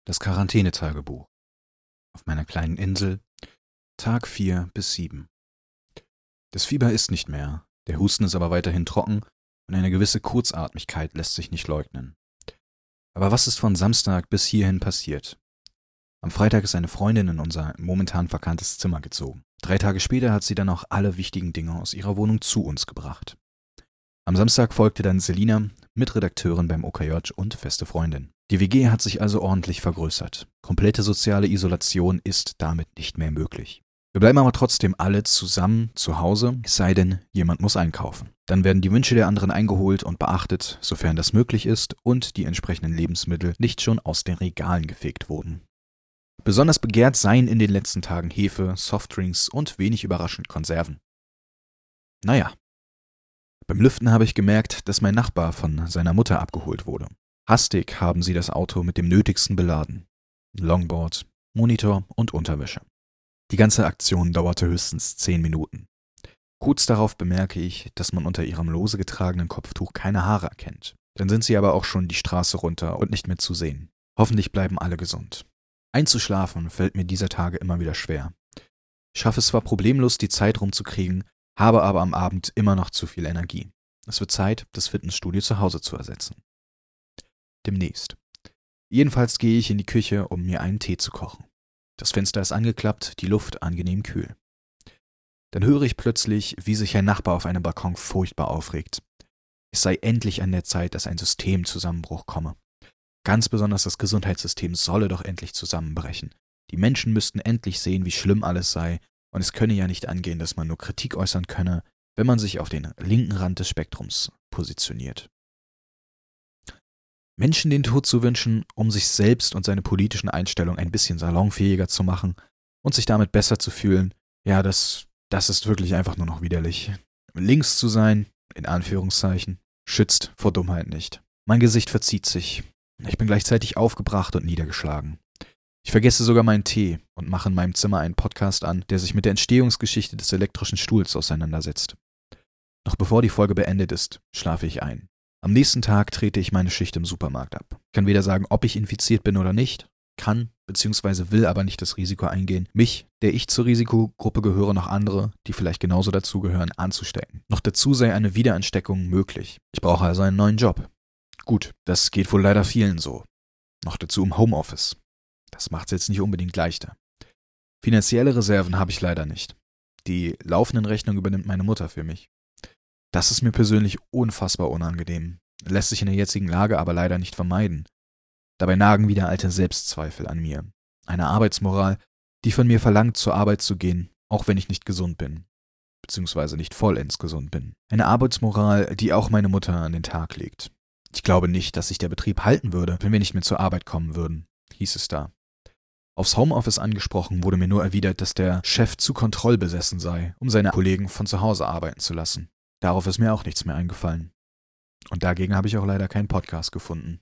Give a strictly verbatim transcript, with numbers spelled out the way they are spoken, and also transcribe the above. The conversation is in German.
Das Quarantänetagebuch. Auf meiner kleinen Insel, Tag vier bis sieben. Das Fieber ist nicht mehr, der Husten ist aber weiterhin trocken und eine gewisse Kurzatmigkeit lässt sich nicht leugnen. Aber was ist von Samstag bis hierhin passiert? Am Freitag ist eine Freundin in unser momentan vakantes Zimmer gezogen. Drei Tage später hat sie dann auch alle wichtigen Dinge aus ihrer Wohnung zu uns gebracht. Am Samstag folgte dann Selina, Mitredakteurin beim O K J und feste Freundin. Die W G hat sich also ordentlich vergrößert. Komplette soziale Isolation ist damit nicht mehr möglich. Wir bleiben aber trotzdem alle zusammen zu Hause, es sei denn, jemand muss einkaufen. Dann werden die Wünsche der anderen eingeholt und beachtet, sofern das möglich ist und die entsprechenden Lebensmittel nicht schon aus den Regalen gefegt wurden. Besonders begehrt seien in den letzten Tagen Hefe, Softdrinks und wenig überraschend Konserven. Naja. Beim Lüften habe ich gemerkt, dass mein Nachbar von seiner Mutter abgeholt wurde. Hastig haben sie das Auto mit dem Nötigsten beladen. Longboard, Monitor und Unterwäsche. Die ganze Aktion dauerte höchstens zehn Minuten. Kurz darauf bemerke ich, dass man unter ihrem lose getragenen Kopftuch keine Haare erkennt. Dann sind sie aber auch schon die Straße runter und nicht mehr zu sehen. Hoffentlich bleiben alle gesund. Einzuschlafen fällt mir dieser Tage immer wieder schwer. Ich schaffe es zwar problemlos, die Zeit rumzukriegen, habe aber am Abend immer noch zu viel Energie. Es wird Zeit, das Fitnessstudio zu Hause zu ersetzen. Demnächst. Jedenfalls gehe ich in die Küche, um mir einen Tee zu kochen. Das Fenster ist angeklappt, die Luft angenehm kühl. Dann höre ich plötzlich, wie sich ein Nachbar auf einem Balkon furchtbar aufregt. Es sei endlich an der Zeit, dass ein Systemzusammenbruch komme. Ganz besonders das Gesundheitssystem solle doch endlich zusammenbrechen. Die Menschen müssten endlich sehen, wie schlimm alles sei, und es könne ja nicht angehen, dass man nur Kritik äußern könne, wenn man sich auf den linken Rand des Spektrums positioniert. Menschen den Tod zu wünschen, um sich selbst und seine politischen Einstellungen ein bisschen salonfähiger zu machen und sich damit besser zu fühlen, ja, das, das ist wirklich einfach nur noch widerlich. Links zu sein, in Anführungszeichen, schützt vor Dummheit nicht. Mein Gesicht verzieht sich. Ich bin gleichzeitig aufgebracht und niedergeschlagen. Ich vergesse sogar meinen Tee und mache in meinem Zimmer einen Podcast an, der sich mit der Entstehungsgeschichte des elektrischen Stuhls auseinandersetzt. Noch bevor die Folge beendet ist, schlafe ich ein. Am nächsten Tag trete ich meine Schicht im Supermarkt ab. Ich kann weder sagen, ob ich infiziert bin oder nicht, kann bzw. will aber nicht das Risiko eingehen, mich, der ich zur Risikogruppe gehöre, noch andere, die vielleicht genauso dazugehören, anzustecken. Noch dazu sei eine Wiederansteckung möglich. Ich brauche also einen neuen Job. Gut, das geht wohl leider vielen so. Noch dazu im Homeoffice. Das macht es jetzt nicht unbedingt leichter. Finanzielle Reserven habe ich leider nicht. Die laufenden Rechnungen übernimmt meine Mutter für mich. Das ist mir persönlich unfassbar unangenehm, lässt sich in der jetzigen Lage aber leider nicht vermeiden. Dabei nagen wieder alte Selbstzweifel an mir. Eine Arbeitsmoral, die von mir verlangt, zur Arbeit zu gehen, auch wenn ich nicht gesund bin, beziehungsweise nicht vollends gesund bin. Eine Arbeitsmoral, die auch meine Mutter an den Tag legt. Ich glaube nicht, dass sich der Betrieb halten würde, wenn wir nicht mehr zur Arbeit kommen würden, hieß es da. Aufs Homeoffice angesprochen wurde mir nur erwidert, dass der Chef zu kontrollbesessen sei, um seine Kollegen von zu Hause arbeiten zu lassen. Darauf ist mir auch nichts mehr eingefallen. Und dagegen habe ich auch leider keinen Podcast gefunden.